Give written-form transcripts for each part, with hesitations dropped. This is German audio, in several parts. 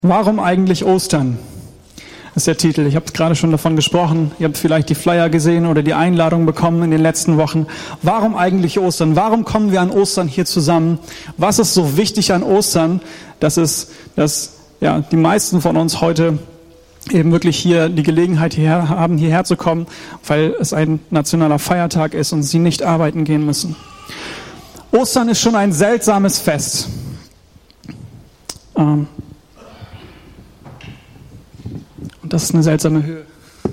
Warum eigentlich Ostern? Das ist der Titel. Ich habe gerade schon davon gesprochen. Ihr habt vielleicht die Flyer gesehen oder die Einladung bekommen in den letzten Wochen. Warum eigentlich Ostern? Warum kommen wir an Ostern hier zusammen? Was ist so wichtig an Ostern, dass die meisten von uns heute eben wirklich hier die Gelegenheit haben, hierher zu kommen, weil es ein nationaler Feiertag ist und sie nicht arbeiten gehen müssen. Ostern ist schon ein seltsames Fest. Und das ist eine seltsame Höhe.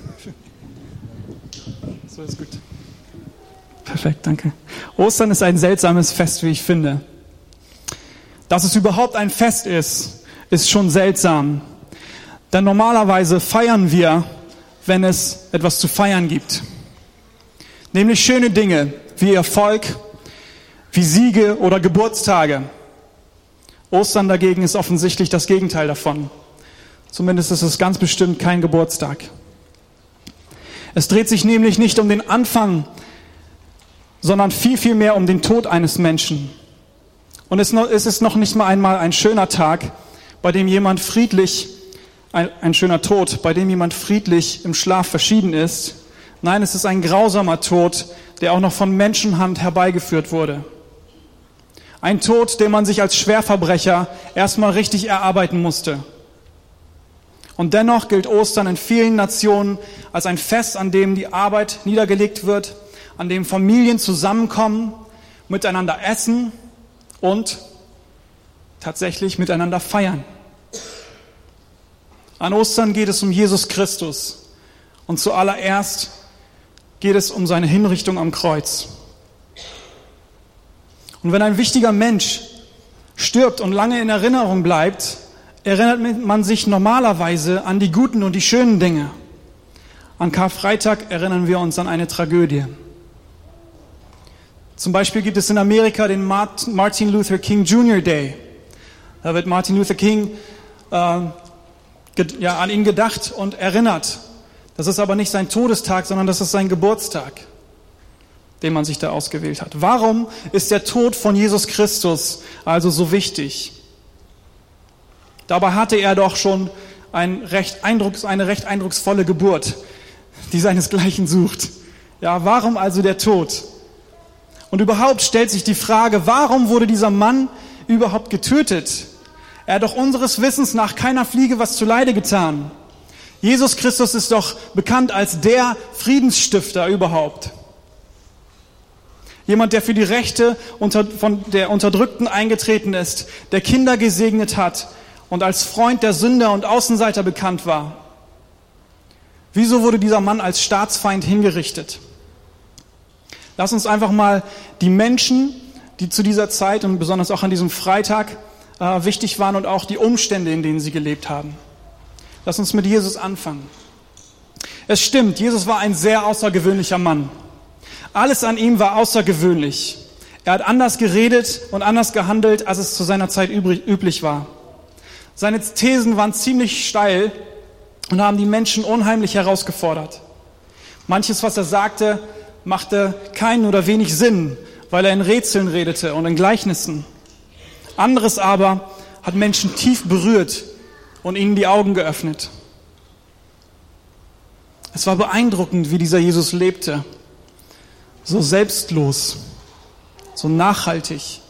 So ist gut. Perfekt, danke. Ostern ist ein seltsames Fest, wie ich finde. Dass es überhaupt ein Fest ist schon seltsam. Denn normalerweise feiern wir, wenn es etwas zu feiern gibt. Nämlich schöne Dinge wie Erfolg, wie Siege oder Geburtstage. Ostern dagegen ist offensichtlich das Gegenteil davon. Zumindest ist es ganz bestimmt kein Geburtstag. Es dreht sich nämlich nicht um den Anfang, sondern viel, viel mehr um den Tod eines Menschen. Und es ist noch nicht mal einmal ein schöner Tag, bei dem jemand friedlich, ein schöner Tod, bei dem jemand friedlich im Schlaf verschieden ist. Nein, es ist ein grausamer Tod, der auch noch von Menschenhand herbeigeführt wurde. Ein Tod, den man sich als Schwerverbrecher erstmal richtig erarbeiten musste. Und dennoch gilt Ostern in vielen Nationen als ein Fest, an dem die Arbeit niedergelegt wird, an dem Familien zusammenkommen, miteinander essen und tatsächlich miteinander feiern. An Ostern geht es um Jesus Christus und zuallererst geht es um seine Hinrichtung am Kreuz. Und wenn ein wichtiger Mensch stirbt und lange in Erinnerung bleibt, erinnert man sich normalerweise an die guten und die schönen Dinge. An Karfreitag erinnern wir uns an eine Tragödie. Zum Beispiel gibt es in Amerika den Martin Luther King Jr. Day. Da wird Martin Luther King an ihn gedacht und erinnert. Das ist aber nicht sein Todestag, sondern das ist sein Geburtstag, den man sich da ausgewählt hat. Warum ist der Tod von Jesus Christus also so wichtig? Dabei hatte er doch schon eine recht eindrucksvolle Geburt, die seinesgleichen sucht. Ja, warum also der Tod? Und überhaupt stellt sich die Frage, warum wurde dieser Mann überhaupt getötet? Er hat doch unseres Wissens nach keiner Fliege was zuleide getan. Jesus Christus ist doch bekannt als der Friedensstifter überhaupt. Jemand, der für die Rechte von der Unterdrückten eingetreten ist, der Kinder gesegnet hat und als Freund der Sünder und Außenseiter bekannt war. Wieso wurde dieser Mann als Staatsfeind hingerichtet? Lass uns einfach mal die Menschen, die zu dieser Zeit und besonders auch an diesem Freitag wichtig waren und auch die Umstände, in denen sie gelebt haben. Lass uns mit Jesus anfangen. Es stimmt, Jesus war ein sehr außergewöhnlicher Mann. Alles an ihm war außergewöhnlich. Er hat anders geredet und anders gehandelt, als es zu seiner Zeit üblich war. Seine Thesen waren ziemlich steil und haben die Menschen unheimlich herausgefordert. Manches, was er sagte, machte keinen oder wenig Sinn, weil er in Rätseln redete und in Gleichnissen. Anderes aber hat Menschen tief berührt und ihnen die Augen geöffnet. Es war beeindruckend, wie dieser Jesus lebte. So selbstlos, so nachhaltig.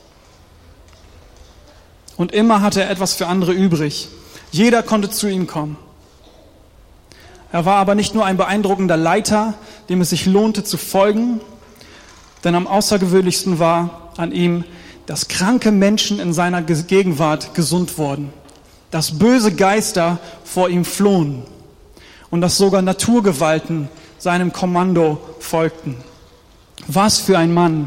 Und immer hatte er etwas für andere übrig. Jeder konnte zu ihm kommen. Er war aber nicht nur ein beeindruckender Leiter, dem es sich lohnte zu folgen, denn am außergewöhnlichsten war an ihm, dass kranke Menschen in seiner Gegenwart gesund wurden, dass böse Geister vor ihm flohen und dass sogar Naturgewalten seinem Kommando folgten. Was für ein Mann!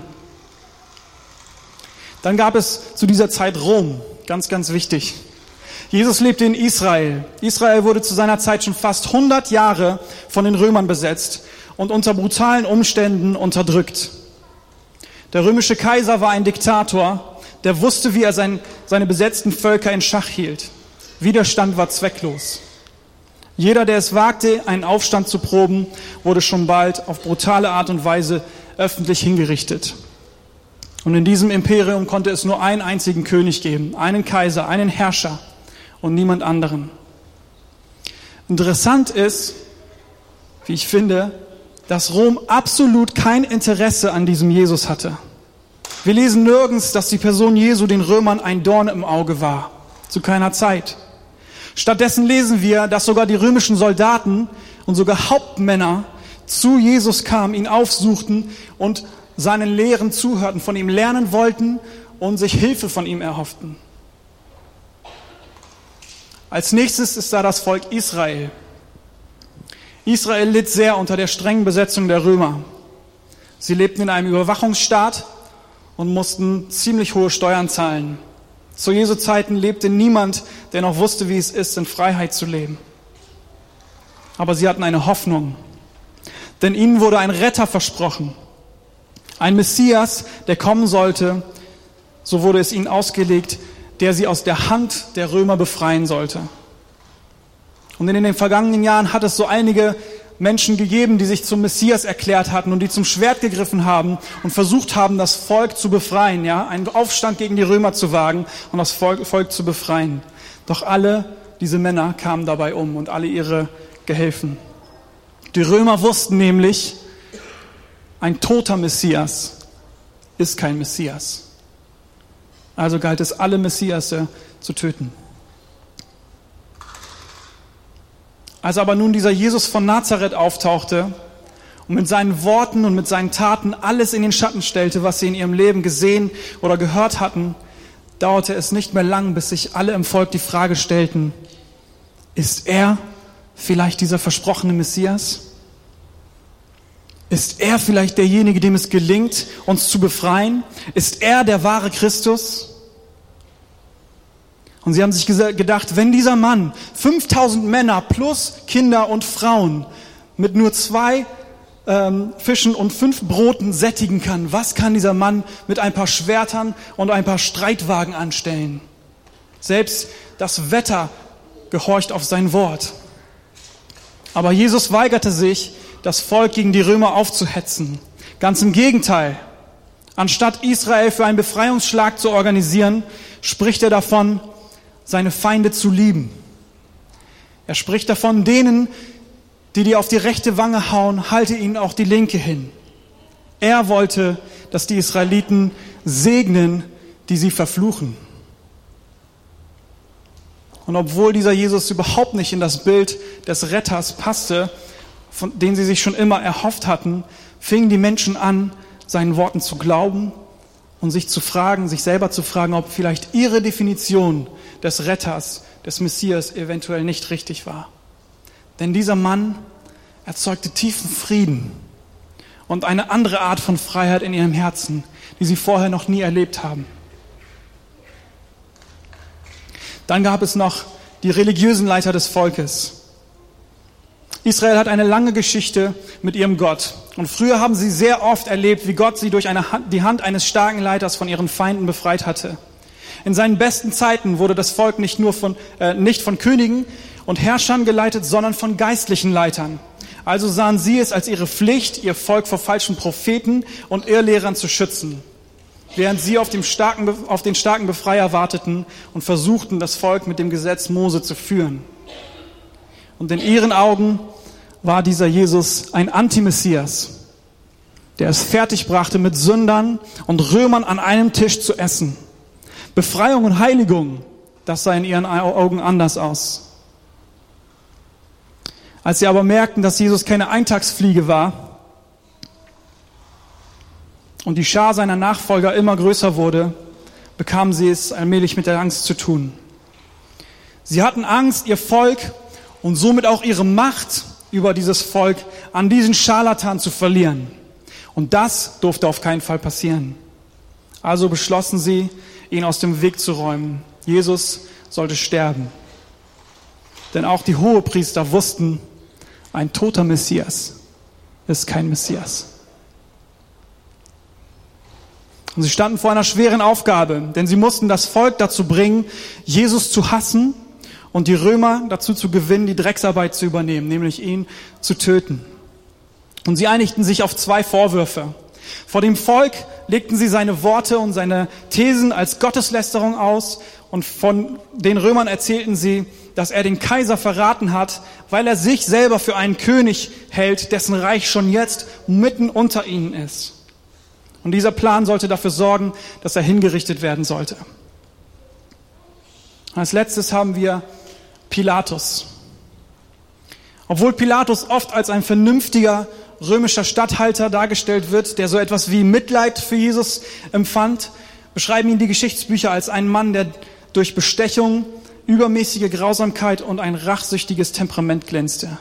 Dann gab es zu dieser Zeit Rom. Ganz, ganz wichtig. Jesus lebte in Israel. Israel wurde zu seiner Zeit schon fast 100 Jahre von den Römern besetzt und unter brutalen Umständen unterdrückt. Der römische Kaiser war ein Diktator, der wusste, wie er seine besetzten Völker in Schach hielt. Widerstand war zwecklos. Jeder, der es wagte, einen Aufstand zu proben, wurde schon bald auf brutale Art und Weise öffentlich hingerichtet. Und in diesem Imperium konnte es nur einen einzigen König geben, einen Kaiser, einen Herrscher. und niemand anderen. Interessant ist, wie ich finde, dass Rom absolut kein Interesse an diesem Jesus hatte. Wir lesen nirgends, dass die Person Jesu den Römern ein Dorn im Auge war. Zu keiner Zeit. Stattdessen lesen wir, dass sogar die römischen Soldaten und sogar Hauptmänner zu Jesus kamen, ihn aufsuchten und seinen Lehren zuhörten, von ihm lernen wollten und sich Hilfe von ihm erhofften. Als nächstes ist da das Volk Israel. Israel litt sehr unter der strengen Besetzung der Römer. Sie lebten in einem Überwachungsstaat und mussten ziemlich hohe Steuern zahlen. Zu Jesu Zeiten lebte niemand, der noch wusste, wie es ist, in Freiheit zu leben. Aber sie hatten eine Hoffnung, denn ihnen wurde ein Retter versprochen. Ein Messias, der kommen sollte, so wurde es ihnen ausgelegt, der sie aus der Hand der Römer befreien sollte. Und in den vergangenen Jahren hat es so einige Menschen gegeben, die sich zum Messias erklärt hatten und die zum Schwert gegriffen haben und versucht haben, das Volk zu befreien, ja, einen Aufstand gegen die Römer zu wagen und das Volk zu befreien. Doch alle diese Männer kamen dabei um und alle ihre Gehilfen. Die Römer wussten nämlich, ein toter Messias ist kein Messias. Also galt es, alle Messiasse zu töten. Als aber nun dieser Jesus von Nazareth auftauchte und mit seinen Worten und mit seinen Taten alles in den Schatten stellte, was sie in ihrem Leben gesehen oder gehört hatten, dauerte es nicht mehr lang, bis sich alle im Volk die Frage stellten, ist er vielleicht dieser versprochene Messias? Ist er vielleicht derjenige, dem es gelingt, uns zu befreien? Ist er der wahre Christus? Und sie haben sich gedacht, wenn dieser Mann 5000 Männer plus Kinder und Frauen mit nur 2 Fischen und 5 Broten sättigen kann, was kann dieser Mann mit ein paar Schwertern und ein paar Streitwagen anstellen? Selbst das Wetter gehorcht auf sein Wort. Aber Jesus weigerte sich, das Volk gegen die Römer aufzuhetzen. Ganz im Gegenteil. Anstatt Israel für einen Befreiungsschlag zu organisieren, spricht er davon, seine Feinde zu lieben. Er spricht davon, denen, die dir auf die rechte Wange hauen, halte ihnen auch die linke hin. Er wollte, dass die Israeliten segnen, die sie verfluchen. Und obwohl dieser Jesus überhaupt nicht in das Bild des Retters passte, von dem sie sich schon immer erhofft hatten, fingen die Menschen an, seinen Worten zu glauben und sich selber zu fragen, ob vielleicht ihre Definition des Retters, des Messias eventuell nicht richtig war. Denn dieser Mann erzeugte tiefen Frieden und eine andere Art von Freiheit in ihrem Herzen, die sie vorher noch nie erlebt haben. Dann gab es noch die religiösen Leiter des Volkes. Israel hat eine lange Geschichte mit ihrem Gott. Und früher haben sie sehr oft erlebt, wie Gott sie durch die Hand eines starken Leiters von ihren Feinden befreit hatte. In seinen besten Zeiten wurde das Volk nicht von Königen und Herrschern geleitet, sondern von geistlichen Leitern. Also sahen sie es als ihre Pflicht, ihr Volk vor falschen Propheten und Irrlehrern zu schützen, während sie auf den starken Befreier warteten und versuchten, das Volk mit dem Gesetz Mose zu führen. Und in ihren Augen war dieser Jesus ein Antimessias, der es fertigbrachte, mit Sündern und Römern an einem Tisch zu essen. Befreiung und Heiligung, das sah in ihren Augen anders aus. Als sie aber merkten, dass Jesus keine Eintagsfliege war und die Schar seiner Nachfolger immer größer wurde, bekamen sie es allmählich mit der Angst zu tun. Sie hatten Angst, ihr Volk und somit auch ihre Macht über dieses Volk an diesen Scharlatan zu verlieren. Und das durfte auf keinen Fall passieren. Also beschlossen sie, ihn aus dem Weg zu räumen. Jesus sollte sterben. Denn auch die Hohepriester wussten, ein toter Messias ist kein Messias. Und sie standen vor einer schweren Aufgabe, denn sie mussten das Volk dazu bringen, Jesus zu hassen und die Römer dazu zu gewinnen, die Drecksarbeit zu übernehmen, nämlich ihn zu töten. Und sie einigten sich auf 2 Vorwürfe. Vor dem Volk legten sie seine Worte und seine Thesen als Gotteslästerung aus und von den Römern erzählten sie, dass er den Kaiser verraten hat, weil er sich selber für einen König hält, dessen Reich schon jetzt mitten unter ihnen ist. Und dieser Plan sollte dafür sorgen, dass er hingerichtet werden sollte. Als letztes haben wir Pilatus. Obwohl Pilatus oft als ein vernünftiger römischer Statthalter dargestellt wird, der so etwas wie Mitleid für Jesus empfand, beschreiben ihn die Geschichtsbücher als einen Mann, der durch Bestechung, übermäßige Grausamkeit und ein rachsüchtiges Temperament glänzte.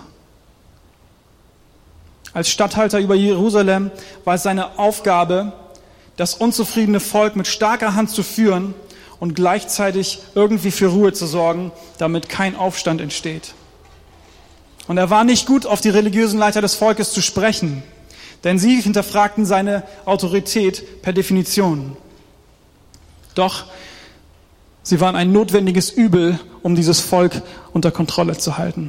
Als Statthalter über Jerusalem war es seine Aufgabe, das unzufriedene Volk mit starker Hand zu führen und gleichzeitig irgendwie für Ruhe zu sorgen, damit kein Aufstand entsteht. Und er war nicht gut, auf die religiösen Leiter des Volkes zu sprechen, denn sie hinterfragten seine Autorität per Definition. Doch sie waren ein notwendiges Übel, um dieses Volk unter Kontrolle zu halten.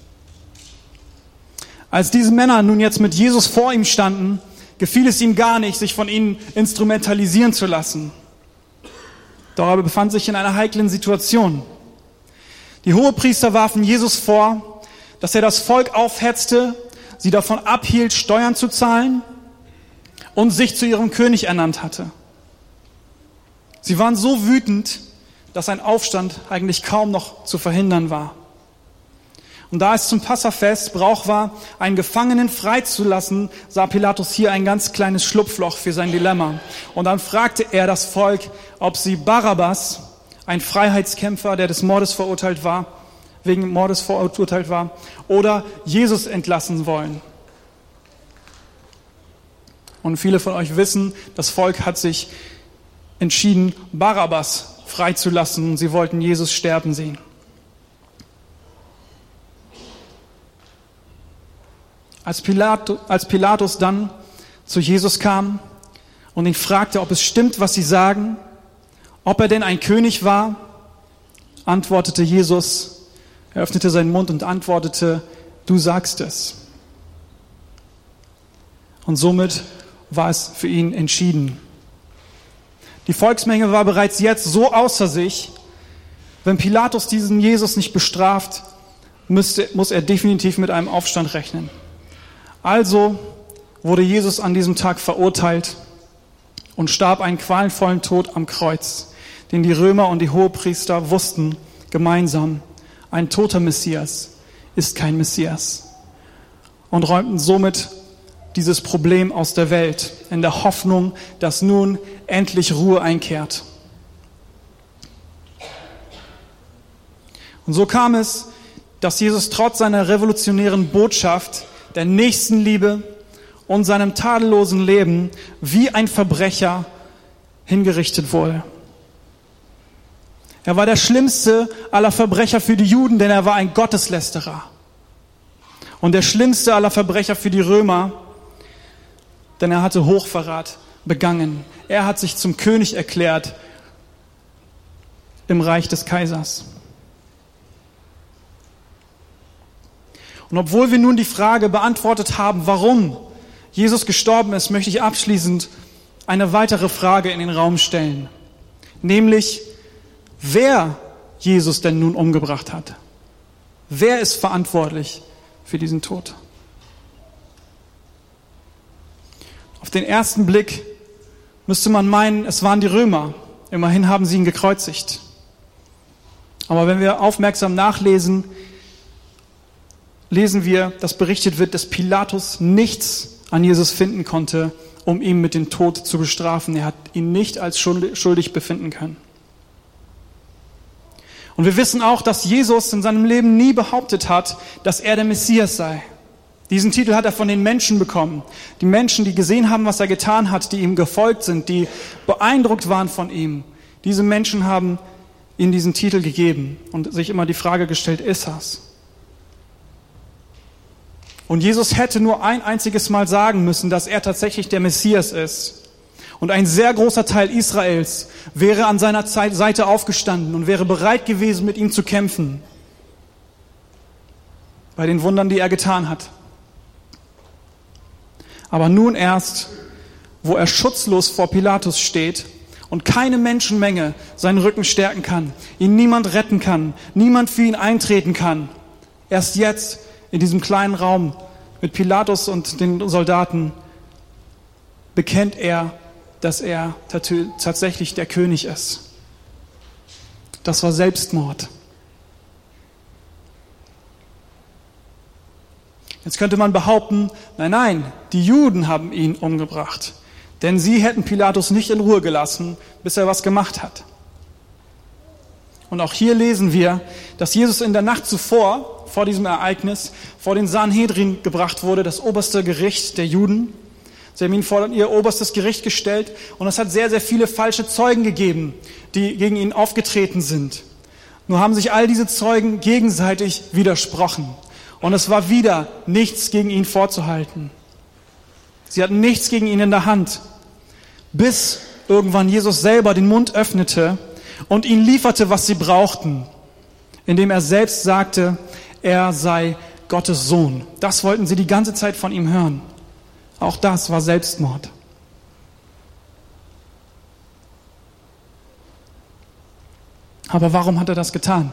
Als diese Männer nun jetzt mit Jesus vor ihm standen, gefiel es ihm gar nicht, sich von ihnen instrumentalisieren zu lassen. Doch er befand sich in einer heiklen Situation. Die Hohepriester warfen Jesus vor, dass er das Volk aufhetzte, sie davon abhielt, Steuern zu zahlen und sich zu ihrem König ernannt hatte. Sie waren so wütend, dass ein Aufstand eigentlich kaum noch zu verhindern war. Und da es zum Passafest Brauch war, einen Gefangenen freizulassen, sah Pilatus hier ein ganz kleines Schlupfloch für sein Dilemma. Und dann fragte er das Volk, ob sie Barabbas, ein Freiheitskämpfer, der des Mordes verurteilt war, wegen Mordes verurteilt war, oder Jesus entlassen wollen. Und viele von euch wissen, das Volk hat sich entschieden, Barabbas freizulassen, und sie wollten Jesus sterben sehen. Als Pilatus dann zu Jesus kam und ihn fragte, ob es stimmt, was sie sagen, ob er denn ein König war, antwortete Jesus, er öffnete seinen Mund und antwortete, du sagst es. Und somit war es für ihn entschieden. Die Volksmenge war bereits jetzt so außer sich, wenn Pilatus diesen Jesus nicht bestraft, muss er definitiv mit einem Aufstand rechnen. Also wurde Jesus an diesem Tag verurteilt und starb einen qualvollen Tod am Kreuz, den die Römer und die Hohepriester wussten gemeinsam, ein toter Messias ist kein Messias, und räumten somit dieses Problem aus der Welt, in der Hoffnung, dass nun endlich Ruhe einkehrt. Und so kam es, dass Jesus trotz seiner revolutionären Botschaft der Nächstenliebe und seinem tadellosen Leben wie ein Verbrecher hingerichtet wurde. Er war der schlimmste aller Verbrecher für die Juden, denn er war ein Gotteslästerer. Und der schlimmste aller Verbrecher für die Römer, denn er hatte Hochverrat begangen. Er hat sich zum König erklärt im Reich des Kaisers. Und obwohl wir nun die Frage beantwortet haben, warum Jesus gestorben ist, möchte ich abschließend eine weitere Frage in den Raum stellen. Nämlich, wer Jesus denn nun umgebracht hat. Wer ist verantwortlich für diesen Tod? Auf den ersten Blick müsste man meinen, es waren die Römer. Immerhin haben sie ihn gekreuzigt. Aber wenn wir aufmerksam nachlesen, lesen wir, dass berichtet wird, dass Pilatus nichts an Jesus finden konnte, um ihn mit dem Tod zu bestrafen. Er hat ihn nicht als schuldig befinden können. Und wir wissen auch, dass Jesus in seinem Leben nie behauptet hat, dass er der Messias sei. Diesen Titel hat er von den Menschen bekommen. Die Menschen, die gesehen haben, was er getan hat, die ihm gefolgt sind, die beeindruckt waren von ihm. Diese Menschen haben ihm diesen Titel gegeben und sich immer die Frage gestellt, ist er's? Und Jesus hätte nur ein einziges Mal sagen müssen, dass er tatsächlich der Messias ist. Und ein sehr großer Teil Israels wäre an seiner Seite aufgestanden und wäre bereit gewesen, mit ihm zu kämpfen. Bei den Wundern, die er getan hat. Aber nun erst wo er schutzlos vor Pilatus steht und keine Menschenmenge seinen Rücken stärken kann, ihn niemand retten kann, niemand für ihn eintreten kann. Erst jetzt, in diesem kleinen Raum mit Pilatus und den Soldaten, bekennt er, dass er tatsächlich der König ist. Das war Selbstmord. Jetzt könnte man behaupten, nein, die Juden haben ihn umgebracht. Denn sie hätten Pilatus nicht in Ruhe gelassen, bis er was gemacht hat. Und auch hier lesen wir, dass Jesus in der Nacht zuvor, vor diesem Ereignis, vor den Sanhedrin gebracht wurde, das oberste Gericht der Juden. Sie haben ihn vor ihr oberstes Gericht gestellt und es hat sehr, sehr viele falsche Zeugen gegeben, die gegen ihn aufgetreten sind. Nur haben sich all diese Zeugen gegenseitig widersprochen. Und es war wieder nichts gegen ihn vorzuhalten. Sie hatten nichts gegen ihn in der Hand, bis irgendwann Jesus selber den Mund öffnete und ihnen lieferte, was sie brauchten, indem er selbst sagte, er sei Gottes Sohn. Das wollten sie die ganze Zeit von ihm hören. Auch das war Selbstmord. Aber warum hat er das getan?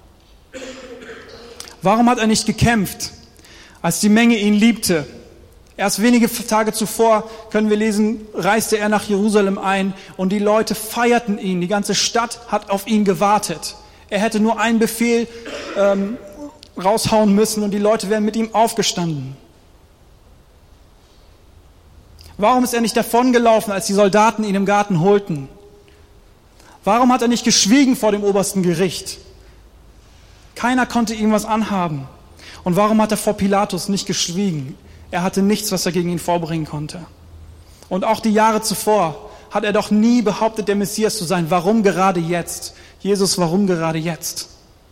Warum hat er nicht gekämpft, als die Menge ihn liebte? Erst wenige Tage zuvor, können wir lesen, reiste er nach Jerusalem ein und die Leute feierten ihn. Die ganze Stadt hat auf ihn gewartet. Er hätte nur einen Befehl raushauen müssen und die Leute wären mit ihm aufgestanden. Warum ist er nicht davongelaufen, als die Soldaten ihn im Garten holten? Warum hat er nicht geschwiegen vor dem obersten Gericht? Keiner konnte ihm was anhaben. Und warum hat er vor Pilatus nicht geschwiegen? Er hatte nichts, was er gegen ihn vorbringen konnte. Und auch die Jahre zuvor hat er doch nie behauptet, der Messias zu sein. Warum gerade jetzt? Jesus, warum gerade jetzt?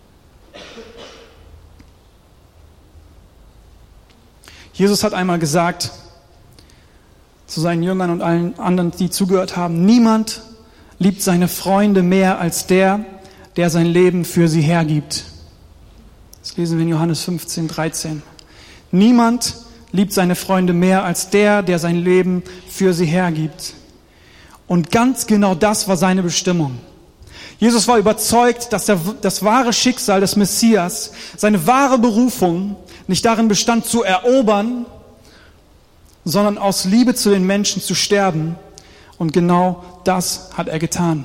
Jesus hat einmal gesagt zu seinen Jüngern und allen anderen, die zugehört haben, niemand liebt seine Freunde mehr als der sein Leben für sie hergibt. Das lesen wir in Johannes 15, 13. Niemand liebt seine Freunde mehr als der sein Leben für sie hergibt. Und ganz genau das war seine Bestimmung. Jesus war überzeugt, dass das wahre Schicksal des Messias, seine wahre Berufung nicht darin bestand, zu erobern, sondern aus Liebe zu den Menschen zu sterben. Und genau das hat er getan.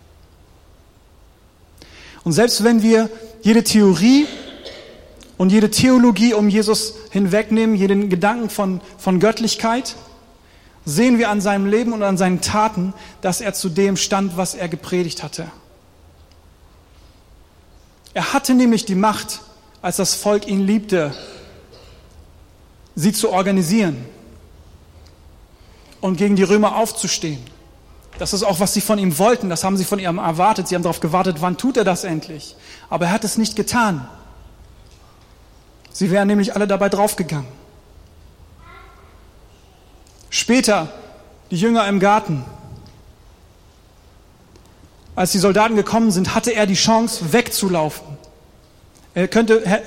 Und selbst wenn wir jede Theorie und jede Theologie um Jesus hinwegnehmen, jeden Gedanken von Göttlichkeit, sehen wir an seinem Leben und an seinen Taten, dass er zu dem stand, was er gepredigt hatte. Er hatte nämlich die Macht, als das Volk ihn liebte, sie zu organisieren und gegen die Römer aufzustehen. Das ist auch, was sie von ihm wollten, das haben sie von ihm erwartet. Sie haben darauf gewartet, wann tut er das endlich? Aber er hat es nicht getan. Sie wären nämlich alle dabei draufgegangen. Später, die Jünger im Garten. Als die Soldaten gekommen sind, hatte er die Chance, wegzulaufen. Wäre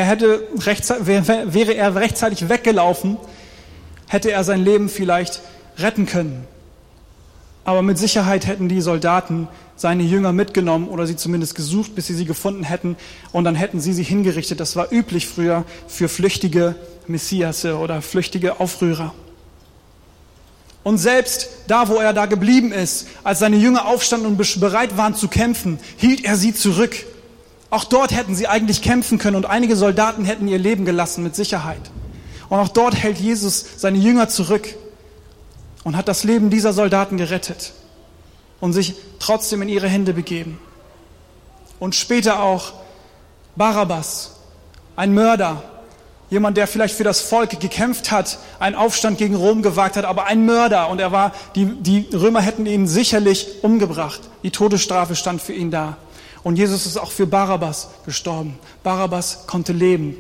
er rechtzeitig weggelaufen, hätte er sein Leben vielleicht retten können. Aber mit Sicherheit hätten die Soldaten seine Jünger mitgenommen oder sie zumindest gesucht, bis sie gefunden hätten. Und dann hätten sie hingerichtet. Das war üblich früher für flüchtige Messiasse oder flüchtige Aufrührer. Und selbst da, wo er da geblieben ist, als seine Jünger aufstanden und bereit waren zu kämpfen, hielt er sie zurück. Auch dort hätten sie eigentlich kämpfen können und einige Soldaten hätten ihr Leben gelassen, mit Sicherheit. Und auch dort hält Jesus seine Jünger zurück und hat das Leben dieser Soldaten gerettet und sich trotzdem in ihre Hände begeben. Und später auch Barabbas, ein Mörder, jemand, der vielleicht für das Volk gekämpft hat, einen Aufstand gegen Rom gewagt hat, aber ein Mörder. Und die Römer hätten ihn sicherlich umgebracht. Die Todesstrafe stand für ihn da. Und Jesus ist auch für Barabbas gestorben. Barabbas konnte leben.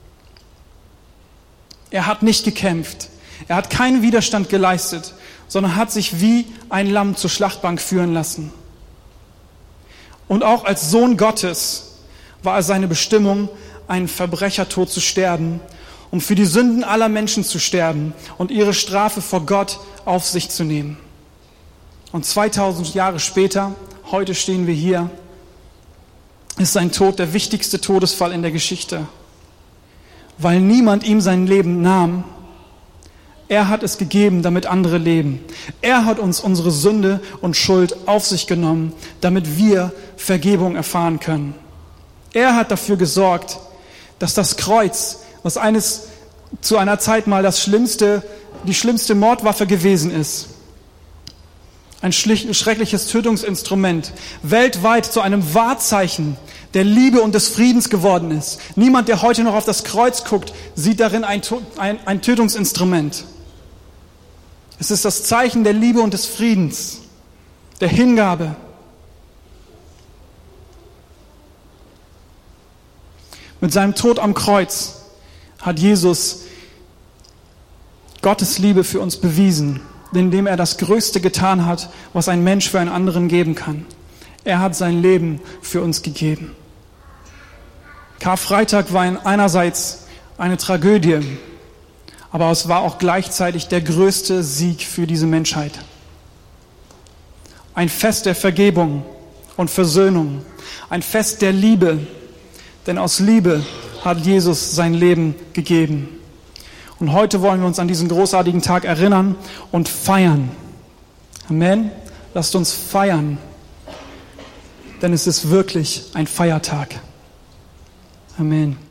Er hat nicht gekämpft. Er hat keinen Widerstand geleistet, sondern hat sich wie ein Lamm zur Schlachtbank führen lassen. Und auch als Sohn Gottes war es seine Bestimmung, einen Verbrechertod zu sterben um für die Sünden aller Menschen zu sterben und ihre Strafe vor Gott auf sich zu nehmen. Und 2000 Jahre später, heute stehen wir hier, ist sein Tod der wichtigste Todesfall in der Geschichte, weil niemand ihm sein Leben nahm. Er hat es gegeben, damit andere leben. Er hat uns unsere Sünde und Schuld auf sich genommen, damit wir Vergebung erfahren können. Er hat dafür gesorgt, dass das Kreuz, was zu einer Zeit mal die schlimmste Mordwaffe gewesen ist, ein schreckliches Tötungsinstrument, weltweit zu einem Wahrzeichen der Liebe und des Friedens geworden ist. Niemand, der heute noch auf das Kreuz guckt, sieht darin ein Tötungsinstrument. Es ist das Zeichen der Liebe und des Friedens, der Hingabe. Mit seinem Tod am Kreuz hat Jesus Gottes Liebe für uns bewiesen, indem er das Größte getan hat, was ein Mensch für einen anderen geben kann. Er hat sein Leben für uns gegeben. Karfreitag war einerseits eine Tragödie, aber es war auch gleichzeitig der größte Sieg für diese Menschheit. Ein Fest der Vergebung und Versöhnung, ein Fest der Liebe, denn aus Liebe hat Jesus sein Leben gegeben. Und heute wollen wir uns an diesen großartigen Tag erinnern und feiern. Amen. Lasst uns feiern, denn es ist wirklich ein Feiertag. Amen.